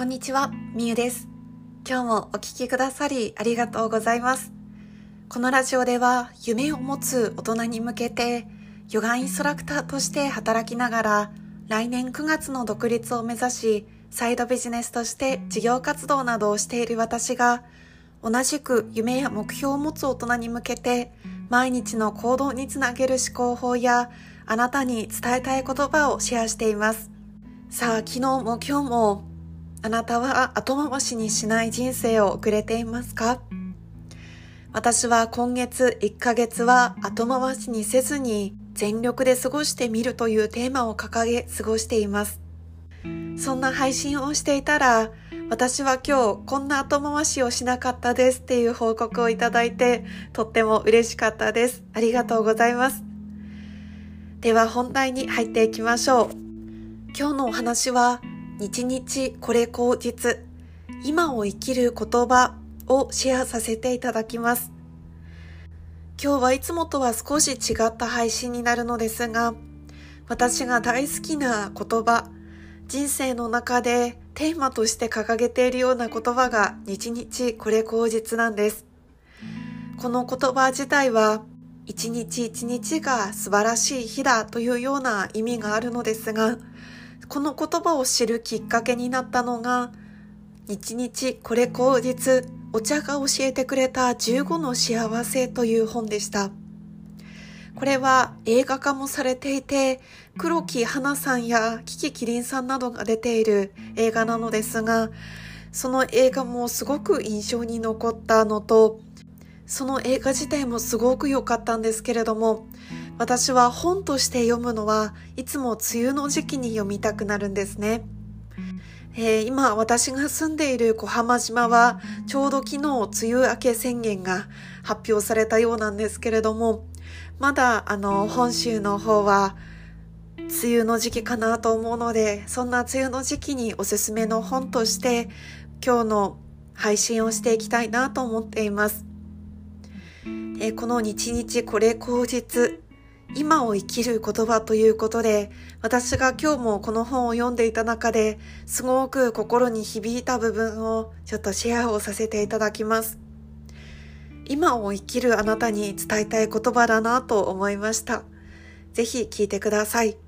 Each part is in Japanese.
んにちは、みゆです。今日もお聞きくださりありがとうございます。このラジオでは夢を持つ大人に向けてヨガインストラクターとして働きながら来年9月の独立を目指しサイドビジネスとして事業活動などをしている私が同じく夢や目標を持つ大人に向けて毎日の行動につなげる思考法やあなたに伝えたい言葉をシェアしています。さあ、昨日も今日もあなたは後回しにしない人生を送れていますか？私は今月1ヶ月は後回しにせずに全力で過ごしてみるというテーマを掲げ過ごしています。そんな配信をしていたら、私は今日こんな後回しをしなかったですっていう報告をいただいて、とっても嬉しかったです。ありがとうございます。では本題に入っていきましょう。今日のお話は、日々これ口実、今を生きる言葉をシェアさせていただきます。今日はいつもとは少し違った配信になるのですが、私が大好きな言葉、人生の中でテーマとして掲げているような言葉が日々これ口実なんです。この言葉自体は一日一日が素晴らしい日だというような意味があるのですが、この言葉を知るきっかけになったのが、日々これ口実、お茶が教えてくれた15の幸せという本でした。これは映画化もされていて、黒木華さんやキキキリンさんなどが出ている映画なのですが、その映画もすごく印象に残ったのと、その映画自体もすごく良かったんですけれども、私は本として読むのはいつも梅雨の時期に読みたくなるんですね。今私が住んでいる小浜島はちょうど昨日梅雨明け宣言が発表されたようなんですけれども、まだ本州の方は梅雨の時期かなと思うので、そんな梅雨の時期におすすめの本として今日の配信をしていきたいなと思っています。この日々これ口実、今を生きる言葉ということで、私が今日もこの本を読んでいた中ですごく心に響いた部分をちょっとシェアをさせていただきます。今を生きるあなたに伝えたい言葉だなと思いました。ぜひ聞いてください。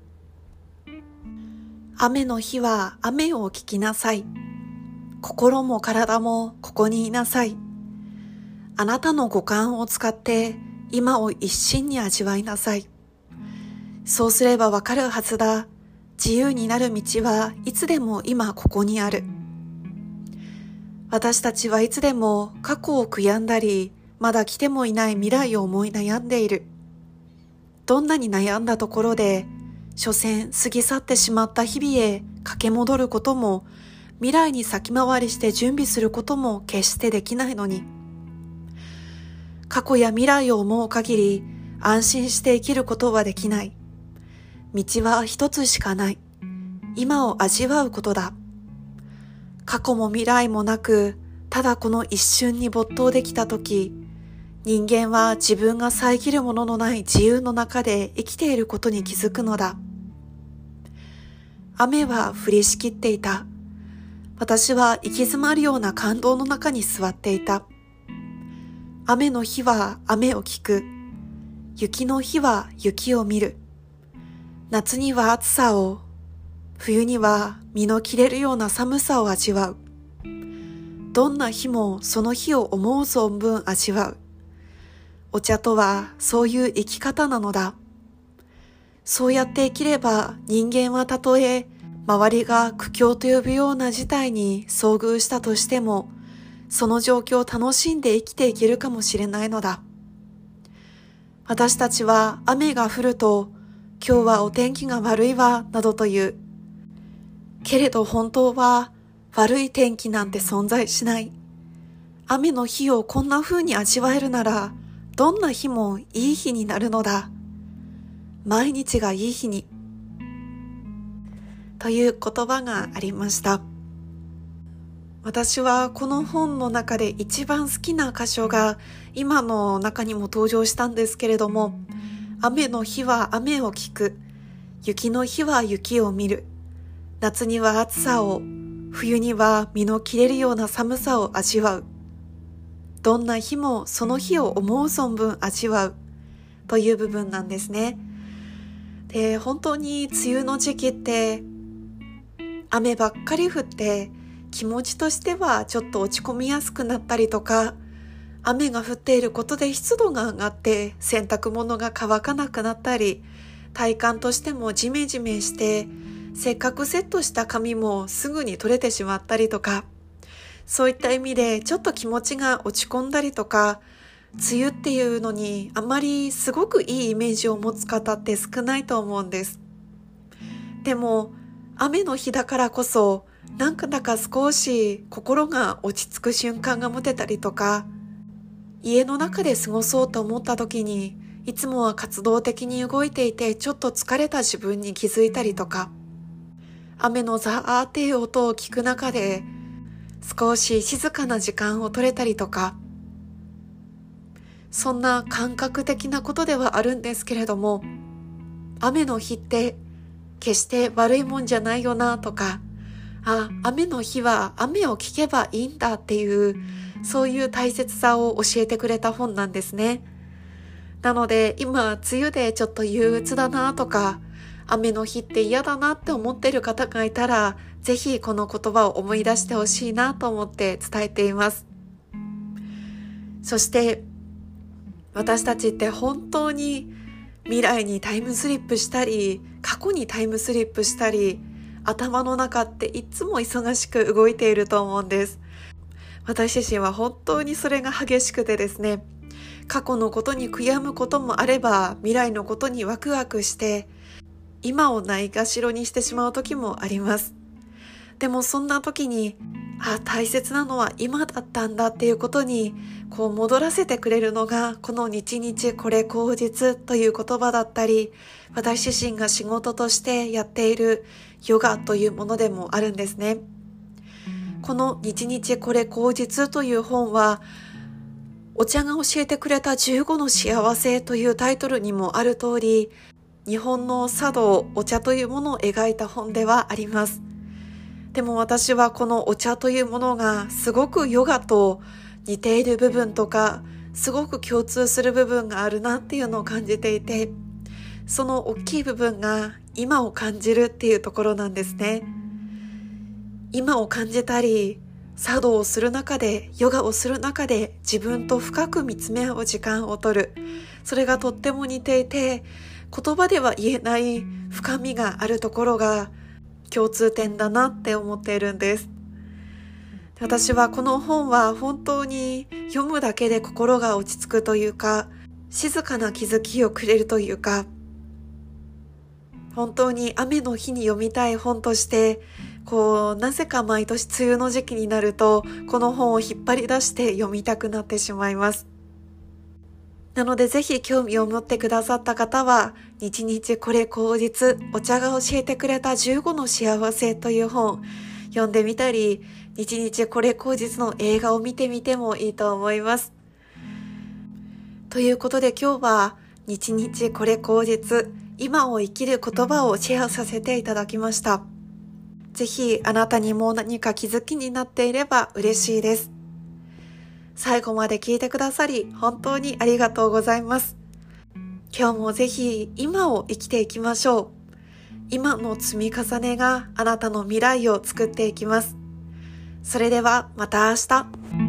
雨の日は雨を聞きなさい。心も体もここにいなさい。あなたの五感を使って今を一心に味わいなさい。そうすればわかるはずだ。自由になる道はいつでも今ここにある。私たちはいつでも過去を悔やんだり、まだ来てもいない未来を思い悩んでいる。どんなに悩んだところで、所詮過ぎ去ってしまった日々へ駆け戻ることも、未来に先回りして準備することも決してできないのに。過去や未来を思う限り安心して生きることはできない。道は一つしかない。今を味わうことだ。過去も未来もなく、ただこの一瞬に没頭できたとき、人間は自分が遮るもののない自由の中で生きていることに気づくのだ。雨は降りしきっていた。私は行き詰まるような感動の中に座っていた。雨の日は雨を聞く。雪の日は雪を見る。夏には暑さを、冬には身の切れるような寒さを味わう。どんな日もその日を思う存分味わう。お茶とはそういう生き方なのだ。そうやって生きれば人間はたとえ周りが苦境と呼ぶような事態に遭遇したとしても、その状況を楽しんで生きていけるかもしれないのだ。私たちは雨が降ると、今日はお天気が悪いわ、などと言う。けれど本当は悪い天気なんて存在しない。雨の日をこんな風に味わえるなら、どんな日もいい日になるのだ。毎日がいい日に。という言葉がありました。私はこの本の中で一番好きな箇所が今の中にも登場したんですけれども、雨の日は雨を聞く、雪の日は雪を見る、夏には暑さを、 冬には身の切れるような寒さを味わう。どんな日もその日を思う存分味わうという部分なんですね。で、本当に梅雨の時期って雨ばっかり降って気持ちとしてはちょっと落ち込みやすくなったりとか、雨が降っていることで湿度が上がって洗濯物が乾かなくなったり、体感としてもジメジメして、せっかくセットした髪もすぐに取れてしまったりとか、そういった意味でちょっと気持ちが落ち込んだりとか、梅雨っていうのにあまりすごくいいイメージを持つ方って少ないと思うんです。でも雨の日だからこそ、なんだか少し心が落ち着く瞬間が持てたりとか、家の中で過ごそうと思った時に、いつもは活動的に動いていてちょっと疲れた自分に気づいたりとか、雨のザーっていう音を聞く中で少し静かな時間を取れたりとか、そんな感覚的なことではあるんですけれども、雨の日って決して悪いもんじゃないよなとか、雨の日は雨を聞けばいいんだっていう、そういう大切さを教えてくれた本なんですね。なので今梅雨でちょっと憂鬱だなとか、雨の日って嫌だなって思っている方がいたら、ぜひこの言葉を思い出してほしいなと思って伝えています。そして私たちって本当に未来にタイムスリップしたり、過去にタイムスリップしたり、頭の中っていつも忙しく動いていると思うんです。私自身は本当にそれが激しくてですね、過去のことに悔やむこともあれば、未来のことにワクワクして、今をないがしろにしてしまう時もあります。でもそんな時に、大切なのは今だったんだっていうことに戻らせてくれるのが、この日々これ口実という言葉だったり、私自身が仕事としてやっているヨガというものでもあるんですね。この日々これ口実という本は、お茶が教えてくれた15の幸せというタイトルにもある通り、日本の茶道、お茶というものを描いた本ではあります。でも私はこのお茶というものがすごくヨガと似ている部分とか、すごく共通する部分があるなっていうのを感じていて、その大きい部分が今を感じるっていうところなんですね。今を感じたり、茶道をする中で、ヨガをする中で自分と深く見つめ合う時間を取る。それがとっても似ていて、言葉では言えない深みがあるところが共通点だなって思っているんです。私はこの本は本当に読むだけで心が落ち着くというか、静かな気づきをくれるというか、本当に雨の日に読みたい本として、なぜか毎年梅雨の時期になると、この本を引っ張り出して読みたくなってしまいます。なのでぜひ興味を持ってくださった方は、日々これ口実、お茶が教えてくれた15の幸せという本、読んでみたり、日々これ口実の映画を見てみてもいいと思います。ということで今日は、日々これ口実、今を生きる言葉をシェアさせていただきました。ぜひあなたにも何か気づきになっていれば嬉しいです。最後まで聞いてくださり本当にありがとうございます。今日もぜひ今を生きていきましょう。今の積み重ねがあなたの未来を作っていきます。それではまた明日。